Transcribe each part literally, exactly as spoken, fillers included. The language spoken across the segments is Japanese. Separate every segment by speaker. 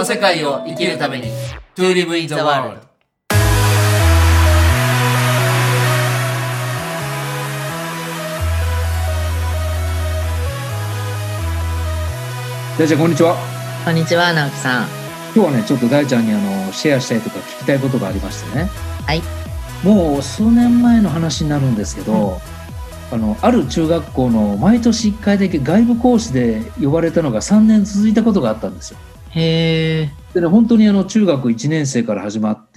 Speaker 1: 世界を生きるために To live in the world。
Speaker 2: 大ちゃんこんにちは。
Speaker 3: こんにちは、直樹さん。
Speaker 2: 今日はねちょっと大ちゃんにあのシェアしたいとか聞きたいことがありましてね。
Speaker 3: はい。
Speaker 2: もう数年前の話になるんですけど、うん、あのある中学校の毎年いっかいだけ外部講師で呼ばれたのがさんねん続いたことがあったんですよ。
Speaker 3: へー。
Speaker 2: でね、本当にあの中学いちねん生から始まって、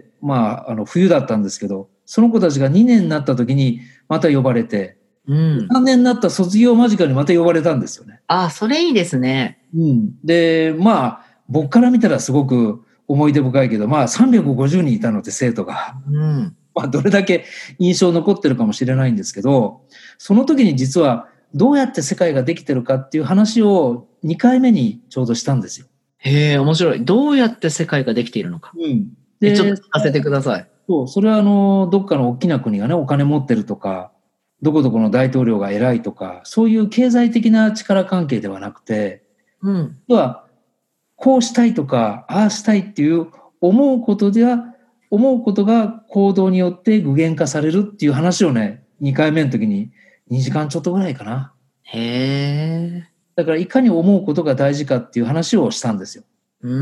Speaker 2: まあ、あの冬だったんですけど、その子たちがにねんになった時にまた呼ばれて、うん、さんねんになった卒業間近にまた呼ばれたんですよね。
Speaker 3: ああ、それいいですね。
Speaker 2: うん、でまあ僕から見たらすごく思い出深いけど、まあさんびゃくごじゅうにんいたので生徒が、うん、まあどれだけ印象残ってるかもしれないんですけど、その時に実はどうやって世界ができてるかっていう話をにかいめにちょうどしたんですよ。
Speaker 3: へえ、面白い。どうやって世界ができているのか。うん。で、ちょっと聞かせてください。
Speaker 2: そう、それはあの、どっかの大きな国がね、お金持ってるとか、どこどこの大統領が偉いとか、そういう経済的な力関係ではなくて、うん。要は、こうしたいとか、ああしたいっていう思うことでは、思うことが行動によって具現化されるっていう話をね、にかいめの時ににじかんちょっとぐらいかな。
Speaker 3: へー。
Speaker 2: だからいかに思うことが大事かっていう話をしたんですよ。うん、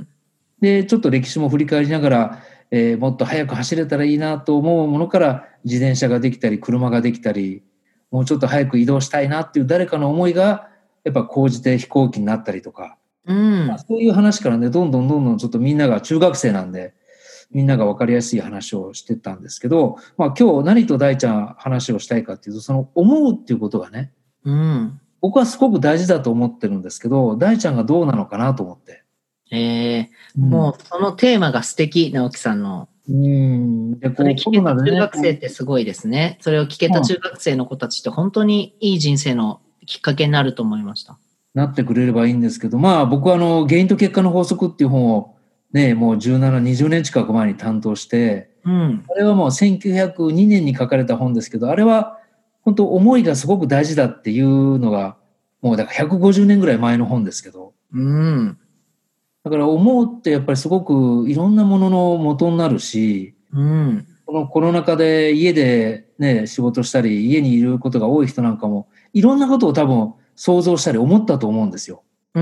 Speaker 2: でちょっと歴史も振り返りながら、えー、もっと速く走れたらいいなと思うものから自転車ができたり車ができたり、もうちょっと早く移動したいなっていう誰かの思いがやっぱ高じて飛行機になったりとか、うんまあ、そういう話からねどんどんどんどんちょっとみんなが中学生なんでみんなが分かりやすい話をしてたんですけど、まあ、今日何と大ちゃん話をしたいかっていうと、その思うっていうことがね、うん僕はすごく大事だと思ってるんですけど、大ちゃんがどうなのかなと思って。
Speaker 3: ええーうん、もうそのテーマが素敵、直樹さんの。うん。で、こう、それ聞けた中学生ってすごいですね。それを聞けた中学生の子たちって本当にいい人生のきっかけになると思いました。
Speaker 2: なってくれればいいんですけど、まあ僕はあの、原因と結果の法則っていう本をね、もうじゅうなな、にじゅうねん近く前に担当して、うん、あれはもうせんきゅうひゃくにねんに書かれた本ですけど、あれは本当思いがすごく大事だっていうのが、もうだからひゃくごじゅうねんぐらい前の本ですけど、うん、だから思うってやっぱりすごくいろんなものの元になるし、うん、このコロナ禍で家でね、仕事したり、家にいることが多い人なんかも、いろんなことを多分想像したり思ったと思うんですよ。うん、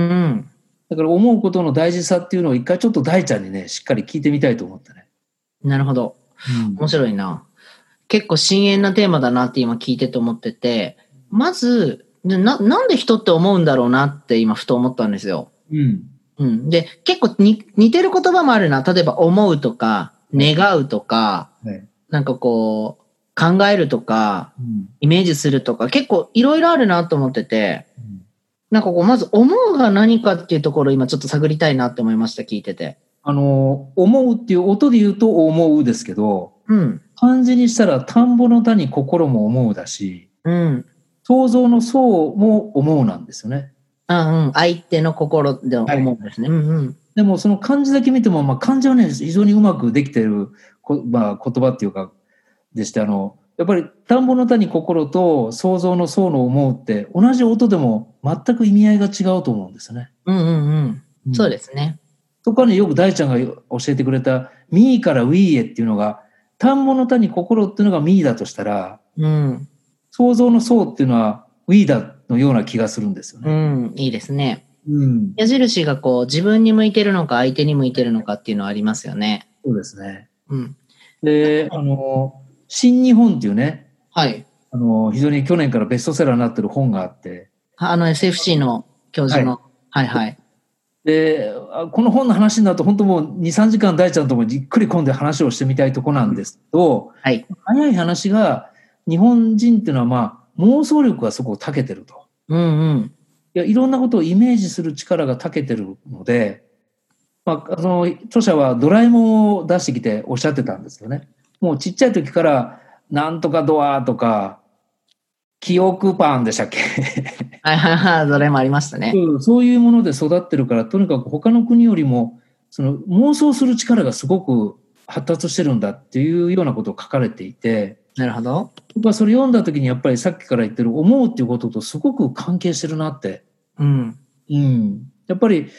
Speaker 2: だから思うことの大事さっていうのを一回ちょっと大ちゃんにね、しっかり聞いてみたいと思ってね。
Speaker 3: なるほど。うん、面白いな。結構深遠なテーマだなって今聞いてて思ってて、まず、な、なんで人って思うんだろうなって今ふと思ったんですよ。うん。うん。で、結構に似てる言葉もあるな。例えば思うとか、願うとか、はい、なんかこう、考えるとか、うん、イメージするとか、結構いろいろあるなと思ってて、うん、なんかこう、まず思うが何かっていうところを今ちょっと探りたいなって思いました、聞いてて。
Speaker 2: あの、思うっていう音で言うと思うですけど、うん。漢字にしたら田んぼの田に心も思うだし、うん。想像の想も思うなんですよね。
Speaker 3: あうん。相手の心で思うんですね。はい、うんうん。
Speaker 2: でもその漢字だけ見ても、まあ漢字はね、非常にうまくできている、まあ、言葉っていうか、でして、あの、やっぱり田んぼの田に心と想像の想の思うって同じ音でも全く意味合いが違うと思うんですよね。
Speaker 3: うんうんうん。うん、そうですね。
Speaker 2: そこはね、よく大ちゃんが教えてくれた、ミーからウィーへっていうのが、田んぼの田に心っていうのがミーだとしたら、うん、想像の想っていうのはウィーだのような気がするんですよね。
Speaker 3: うん、いいですね。うん、矢印がこう、自分に向いてるのか、相手に向いてるのかっていうのはありますよね。
Speaker 2: そうですね。うん。で、あの、新日本っていうね、
Speaker 3: はい。
Speaker 2: あの、非常に去年からベストセラーになってる本があって。
Speaker 3: あの エスエフシー の教授の。はい、はい、はい。
Speaker 2: で、この本の話になると本当もうに、さんじかん大ちゃんともじっくり今度話をしてみたいとこなんですけど、はい、早い話が日本人っていうのはまあ妄想力がすごく長けてると。うんうん。いや、いろんなことをイメージする力が長けてるので、まあ、あの、著者はドラえもんを出してきておっしゃってたんですよね。もうちっちゃい時からなんとかドアとか、記憶パンでしたっけ
Speaker 3: はいはいはい、どれもありましたね、
Speaker 2: うん。そういうもので育ってるから、とにかく他の国よりも、その妄想する力がすごく発達してるんだっていうようなことを書かれていて。
Speaker 3: なるほど。
Speaker 2: 僕はそれ読んだ時にやっぱりさっきから言ってる思うっていうこととすごく関係してるなって。うん。うん。やっぱり、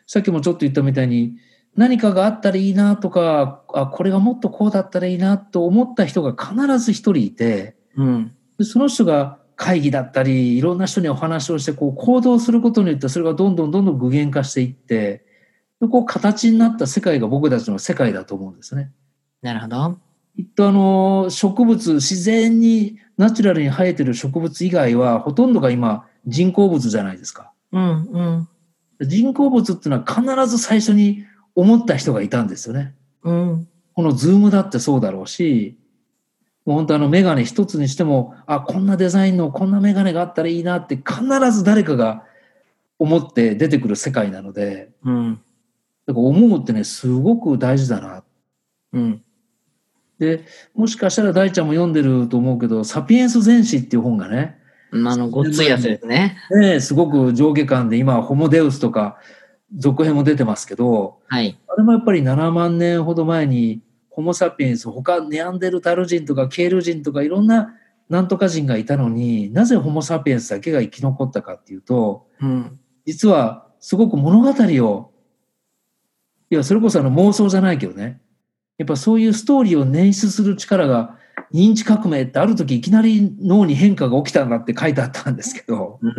Speaker 2: さっきもちょっと言ったみたいに、何かがあったらいいなとか、あ、これがもっとこうだったらいいなと思った人が必ず一人いて、
Speaker 3: うん、
Speaker 2: でその人が会議だったり、いろんな人にお話をして、こう行動することによって、それがどんどんどんどん具現化していって、でこう形になった世界が僕たちの世界だと思うんですね。
Speaker 3: なるほど。
Speaker 2: きっとあの、植物、自然にナチュラルに生えてる植物以外は、ほとんどが今人工物じゃないですか。
Speaker 3: うんうん。
Speaker 2: 人工物っていうのは必ず最初に思った人がいたんですよね。
Speaker 3: うん。
Speaker 2: このズームだってそうだろうし、もう本当あのメガネ一つにしても、あ、こんなデザインのこんなメガネがあったらいいなって必ず誰かが思って出てくる世界なので、
Speaker 3: うん。
Speaker 2: だから思うってね、すごく大事だな。
Speaker 3: うん。
Speaker 2: で、もしかしたら大ちゃんも読んでると思うけど、サピエンス全史っていう本がね、
Speaker 3: あの、ごっついやつですね。
Speaker 2: ね、すごく上下巻で、今、ホモデウスとか、続編も出てますけど、
Speaker 3: はい。
Speaker 2: あれもやっぱりななまんねんほど前に、ホモ・サピエンス、他、ネアンデルタル人とか、ケール人とか、いろんななんとか人がいたのに、なぜホモ・サピエンスだけが生き残ったかっていうと、
Speaker 3: うん、
Speaker 2: 実は、すごく物語を、いや、それこそあの妄想じゃないけどね、やっぱそういうストーリーを捻出する力が、認知革命ってある時いきなり脳に変化が起きたんだって書いてあったんですけど、
Speaker 3: うん、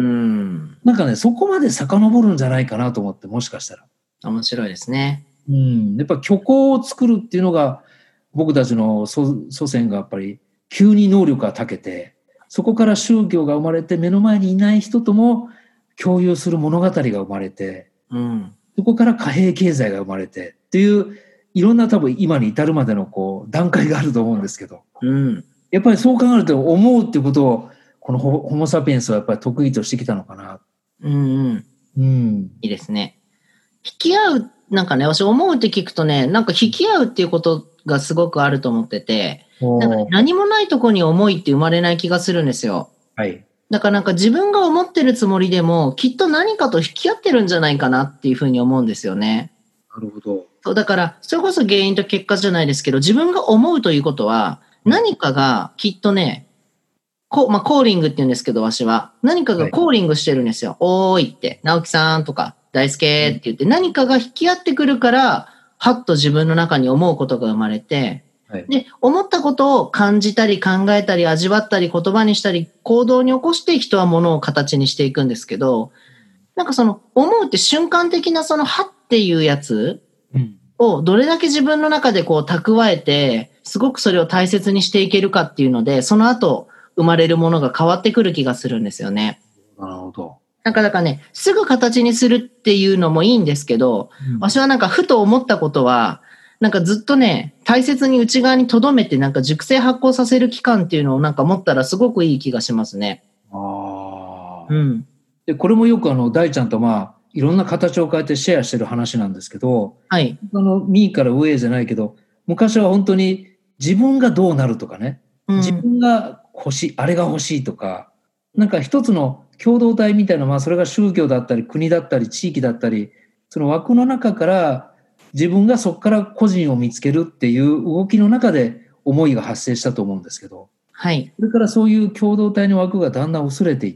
Speaker 2: なんかね、そこまで遡るんじゃないかなと思って、もしかしたら。
Speaker 3: 面白いですね。
Speaker 2: うん。やっぱ虚構を作るっていうのが、僕たちの祖祖先がやっぱり急に能力が長けて、そこから宗教が生まれて、目の前にいない人とも共有する物語が生まれて、
Speaker 3: うん、
Speaker 2: そこから貨幣経済が生まれてっていう、いろんな多分今に至るまでのこう段階があると思うんですけど、
Speaker 3: うん、
Speaker 2: やっぱりそう考えると思うっていうことを、このホモ・サピエンスはやっぱり得意としてきたのかな。
Speaker 3: うん、うん。
Speaker 2: うん。
Speaker 3: いいですね。引き合う、なんかね、私思うって聞くとね、なんか引き合うっていうことがすごくあると思ってて、なんかね、何もないとこに思いって生まれない気がするんですよ。
Speaker 2: はい。
Speaker 3: だからなんか自分が思ってるつもりでも、きっと何かと引き合ってるんじゃないかなっていうふうに思うんですよね。
Speaker 2: なるほど。
Speaker 3: そう、だから、それこそ原因と結果じゃないですけど、自分が思うということは、何かがきっとね、こまあ、コーリングって言うんですけど、わしは。何かがコーリングしてるんですよ。はい、おーいって、直樹さんとか、大輔って言って、何かが引き合ってくるから、はっと自分の中に思うことが生まれて、はい、で、思ったことを感じたり考えたり味わったり言葉にしたり行動に起こして人は物を形にしていくんですけど、なんかその思うって瞬間的なそのはっていうやつをどれだけ自分の中でこう蓄えて、すごくそれを大切にしていけるかっていうので、その後生まれるものが変わってくる気がするんですよね。
Speaker 2: なるほど。
Speaker 3: なんかだからね、すぐ形にするっていうのもいいんですけど、うん、私はなんかふと思ったことは、なんかずっとね、大切に内側に留めてなんか熟成発酵させる期間っていうのをなんか持ったらすごくいい気がしますね。
Speaker 2: ああ。
Speaker 3: うん。
Speaker 2: で、これもよくあの、大ちゃんとまあ、いろんな形を変えてシェアしてる話なんですけど、
Speaker 3: はい。
Speaker 2: あの、ミーから上じゃないけど、昔は本当に自分がどうなるとかね、うん、自分が欲しい、あれが欲しいとか、なんか一つの共同体みたいな、まあそれが宗教だったり国だったり地域だったり、その枠の中から自分がそこから個人を見つけるっていう動きの中で思いが発生したと思うんですけど、
Speaker 3: はい。
Speaker 2: それからそういう共同体の枠がだんだん薄れていって、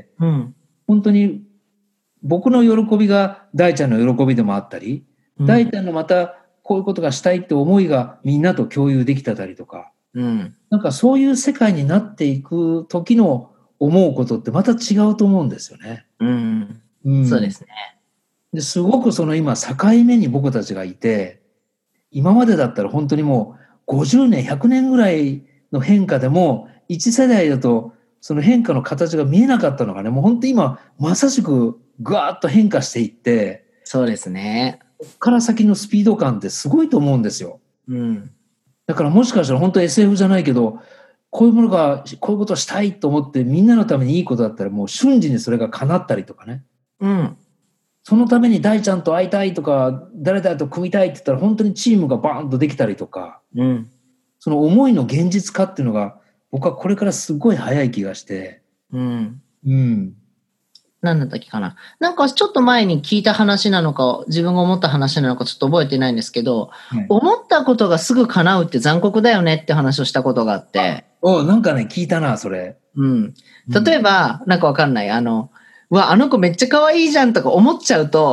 Speaker 3: うん、
Speaker 2: 本当に僕の喜びが大ちゃんの喜びでもあったり、うん、大ちゃんのまたこういうことがしたいって思いがみんなと共有できたりとか、
Speaker 3: うん、
Speaker 2: なんかそういう世界になっていく時の思うことってまた違うと思うんですよね。
Speaker 3: うん
Speaker 2: うん、
Speaker 3: そうですね。
Speaker 2: ですごくその今境目に僕たちがいて、今までだったら本当にもうごじゅうねん、ひゃくねんぐらいの変化でも一世代だとその変化の形が見えなかったのがね、もう本当に今まさしくガーッと変化していって、
Speaker 3: そうですね。
Speaker 2: ここから先のスピード感ってすごいと思うんですよ。
Speaker 3: うん。
Speaker 2: だからもしかしたら本当 エスエフ じゃないけど、こういうものが、こういうことをしたいと思ってみんなのためにいいことだったらもう瞬時にそれが叶ったりとかね。
Speaker 3: うん。
Speaker 2: そのために大ちゃんと会いたいとか、誰々と組みたいって言ったら本当にチームがバーンとできたりとか、
Speaker 3: うん。
Speaker 2: その思いの現実化っていうのが僕はこれからすごい早い気がして。
Speaker 3: うん。
Speaker 2: うん。
Speaker 3: 何だったっけかな。なんかちょっと前に聞いた話なのか、自分が思った話なのかちょっと覚えてないんですけど、はい、思ったことがすぐ叶うって残酷だよねって話をしたことがあって。
Speaker 2: お、なんかね、聞いたな、それ。
Speaker 3: うん。例えば、うん、なんかわかんない。あの、うわ、あの子めっちゃ可愛いじゃんとか思っちゃうと、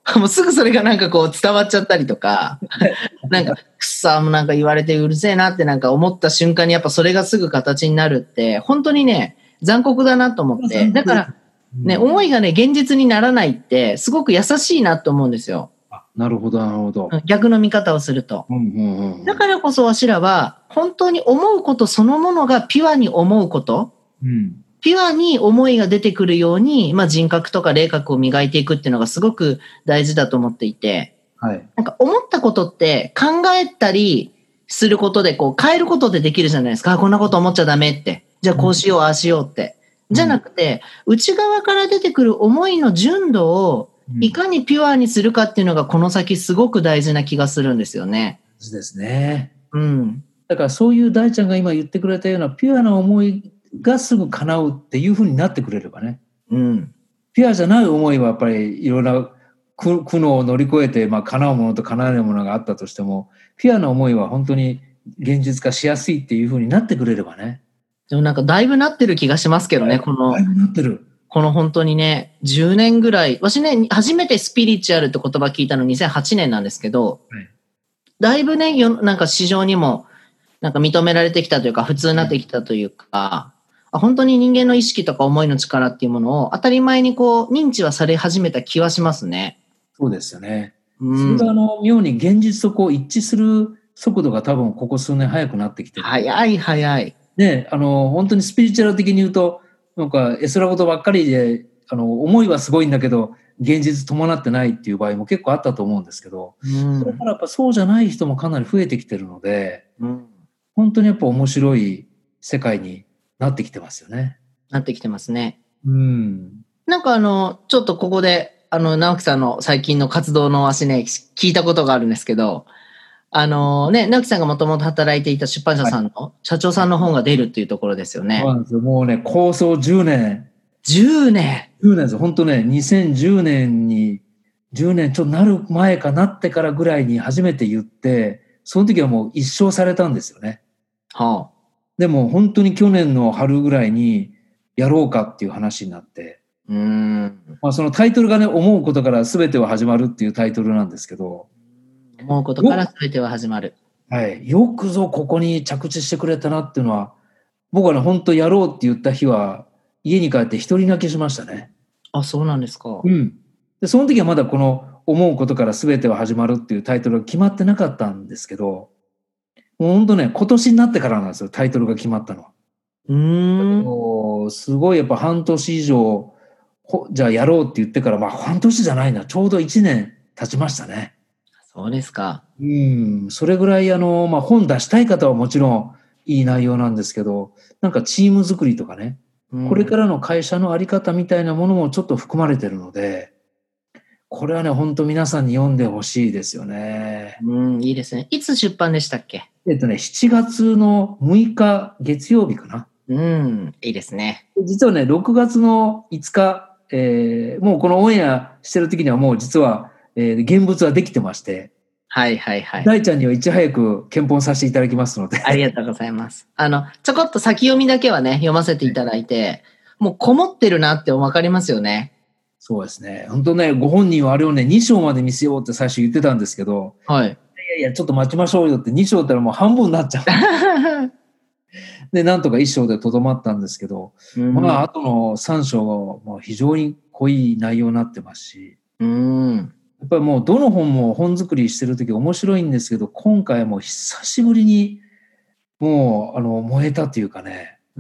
Speaker 3: もうすぐそれがなんかこう伝わっちゃったりとか、なんか、くっさーもなんか言われてうるせえなってなんか思った瞬間にやっぱそれがすぐ形になるって、本当にね、残酷だなと思って。だから、ね、思いがね、現実にならないって、すごく優しいなと思うんですよ。
Speaker 2: あ、なるほど、なるほど。
Speaker 3: 逆の見方をすると。
Speaker 2: うんうんうん、
Speaker 3: だからこそわしらは、本当に思うことそのものがピュアに思うこと、うん、ピュアに思いが出てくるように、まあ、人格とか霊格を磨いていくっていうのがすごく大事だと思っていて、はい、なんか思ったことって考えたりすることでこう変えることでできるじゃないですか。こんなこと思っちゃダメって。じゃあこうしよう、ああしようって。じゃなくて、内側から出てくる思いの純度をいかにピュアにするかっていうのがこの先すごく大事な気がするんですよね。
Speaker 2: そうですね。
Speaker 3: うん。
Speaker 2: だからそういう大ちゃんが今言ってくれたようなピュアな思いがすぐ叶うっていうふうになってくれればね。うん。ピュアじゃない思いはやっぱりいろんな苦悩を乗り越えて、まあ叶うものと叶えないものがあったとしても、ピュアな思いは本当に現実化しやすいっていうふうになってくれればね。
Speaker 3: でもなんかだいぶなってる気がしますけどね、この。
Speaker 2: だいぶなってる。
Speaker 3: この本当にね、じゅうねんぐらい、私ね、初めてスピリチュアルって言葉聞いたのにせんはちねんなんですけど、はい、だいぶね、よなんか市場にもなんか認められてきたというか、普通になってきたというか、はい、本当に人間の意識とか思いの力っていうものを当たり前にこう認知はされ始めた気はしますね。
Speaker 2: そうですよね。うん、それがあの妙に現実とこう一致する速度が多分ここ数年早くなってきてる。
Speaker 3: 早い早い。
Speaker 2: ね、あの本当にスピリチュアル的に言うとなんか絵空事ばっかりであの思いはすごいんだけど現実伴ってないっていう場合も結構あったと思うんですけど、うん、それからやっぱそうじゃない人もかなり増えてきてるので、うん、本当にやっぱ面白い世界になってきてますよね。
Speaker 3: なってきてますね。
Speaker 2: うん。
Speaker 3: なんかあのちょっとここであの直樹さんの最近の活動の足ね聞いたことがあるんですけど。あのね、直樹さんがもともと働いていた出版社さんの社長さんの本が出るっていうところですよね。
Speaker 2: そうなんですよ。もうね、構想じゅうねん。
Speaker 3: じゅうね
Speaker 2: ん ?じゅうねんですよ。本当ね、にせんじゅうねんに、じゅうねんちょっとなる前かなってからぐらいに初めて言って、その時はもう一生されたんですよね。はあ。でも本当に去年の春ぐらいにやろうかっていう話になって。うーん。まあそのタイトルがね、思うことから全ては始まるっていうタイトルなんですけど、
Speaker 3: 思うことから全ては始まる。
Speaker 2: はい。よくぞここに着地してくれたなっていうのは、僕はね、本当やろうって言った日は、家に帰って一人泣きしましたね。
Speaker 3: あ、そうなんですか。
Speaker 2: うん。で、その時はまだこの思うことから全ては始まるっていうタイトルが決まってなかったんですけど、もう本当ね、今年になってからなんですよ、タイトルが決まったのは。うーん。すごいやっぱ半年以上、じゃあやろうって言ってから、まあ半年じゃないな、ちょうどいちねん経ちましたね。
Speaker 3: そうですか。
Speaker 2: うん、それぐらいあの、まあ、本出したい方はもちろんいい内容なんですけど、なんかチーム作りとかね、うん、これからの会社のあり方みたいなものもちょっと含まれてるので、これはね、本当皆さんに読んでほしいですよね。
Speaker 3: うん、いいですね。いつ出版でしたっけ？
Speaker 2: えっとね、しちがつのむいか月曜日かな。
Speaker 3: うん、いいですね。
Speaker 2: 実はね、ろくがつのいつか、えー、もうこのオンエアしてる時にはもう実は、えー、現物はできてまして、
Speaker 3: はいはいはい。
Speaker 2: 大ちゃんにはいち早く検本させていただきますので。
Speaker 3: ありがとうございます。あの、ちょこっと先読みだけはね、読ませていただいて、もうこもってるなってわかりますよね。
Speaker 2: そうですね。本当ね、ご本人はあれをね、に章まで見せようって最初言ってたんですけど、はい。いやいや、ちょっと待ちましょうよってに章ったらもう半分になっちゃう。で、なんとかいっ章でとどまったんですけど、うん、まあ、あとのさん章はもう非常に濃い内容になってますし、うんやっぱりもうどの本も本作りしてるとき面白いんですけど、今回も久しぶりにもうあの燃えたというかね。うん。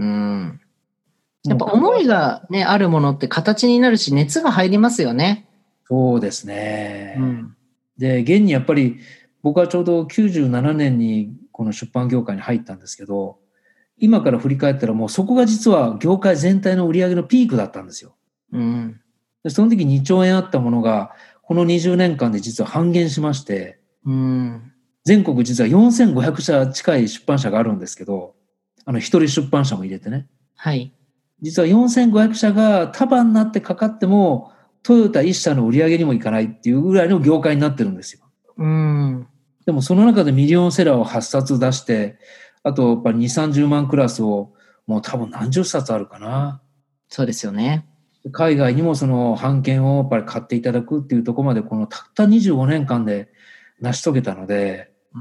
Speaker 3: やっぱ思いがね、あるものって形になるし、熱が入りますよね。
Speaker 2: そうですね。うん、で、現にやっぱり僕はちょうどきゅうじゅうななねんにこの出版業界に入ったんですけど、今から振り返ったらもうそこが実は業界全体の売り上げのピークだったんですよ。うん。でその時にちょうえんあったものが、このにじゅうねんかんで実は半減しまして、うん、全国実はよんせんごひゃくしゃ近い出版社があるんですけど、あの一人出版社も入れてね。はい。実はよんせんごひゃくしゃが束になってかかっても、トヨタ一社の売り上げにもいかないっていうぐらいの業界になってるんですよ。うん。でもその中でミリオンセラーをはっさつ出して、あとやっぱりにじゅう、さんじゅうまんクラスをもう多分何十冊あるかな。
Speaker 3: そうですよね。
Speaker 2: 海外にもその版権をやっぱり買っていただくっていうところまで、このたったにじゅうごねんかんで成し遂げたので、
Speaker 3: うん、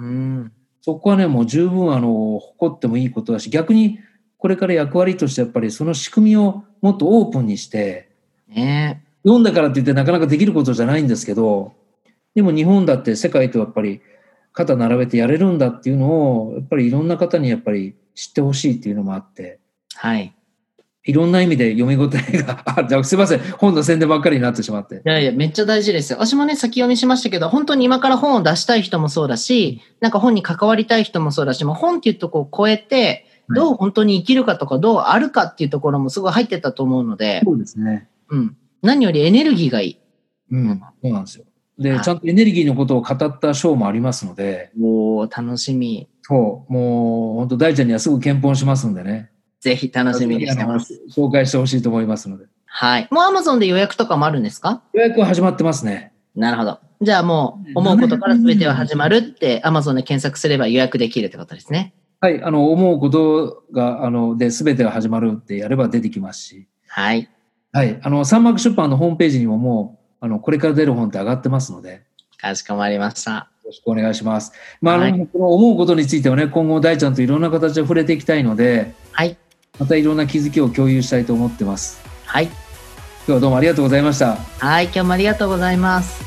Speaker 2: そこはね、もう十分あの誇ってもいいことだし、逆にこれから役割としてやっぱりその仕組みをもっとオープンにして、
Speaker 3: ね、
Speaker 2: 読んだからって言ってなかなかできることじゃないんですけど、でも日本だって世界とやっぱり肩並べてやれるんだっていうのを、やっぱりいろんな方にやっぱり知ってほしいっていうのもあって、
Speaker 3: はい。
Speaker 2: いろんな意味で読み応えがある。すいません。本の宣伝ばっかりになってしまって。い
Speaker 3: やいや、めっちゃ大事ですよ。私もね、先読みしましたけど、本当に今から本を出したい人もそうだし、なんか本に関わりたい人もそうだし、もう本っていうとこを超えて、どう本当に生きるかとか、どうあるかっていうところもすごい入ってたと思うので。
Speaker 2: そうですね。
Speaker 3: うん。何よりエネルギーがいい。
Speaker 2: うん。そうなんですよ。で、ちゃんとエネルギーのことを語った章もありますので。
Speaker 3: おー、楽しみ。
Speaker 2: そう。もう、本当大ちゃんにはすぐ検本しますんでね。
Speaker 3: ぜひ楽しみにしてます。
Speaker 2: 紹介してほしいと思いますので。
Speaker 3: はい。もう Amazon で予約とかもあるんですか？
Speaker 2: 予約は始まってますね。
Speaker 3: なるほど。じゃあもう、思うことから全ては始まるって Amazon で検索すれば予約できるってことですね。
Speaker 2: はい。あの、思うことが、あの、で、全ては始まるってやれば出てきますし。
Speaker 3: はい。
Speaker 2: はい。あの、三幕出版のホームページにももう、あの、これから出る本って上がってますので。
Speaker 3: かしこまりました。よ
Speaker 2: ろしくお願いします。まあ、はい、あの、この思うことについてはね、今後大ちゃんといろんな形で触れていきたいので、
Speaker 3: はい。
Speaker 2: またいろんな気づきを共有したいと思ってます。
Speaker 3: はい。今
Speaker 2: 日はどうもありがとうございました。
Speaker 3: はい、今日もありがとうございます。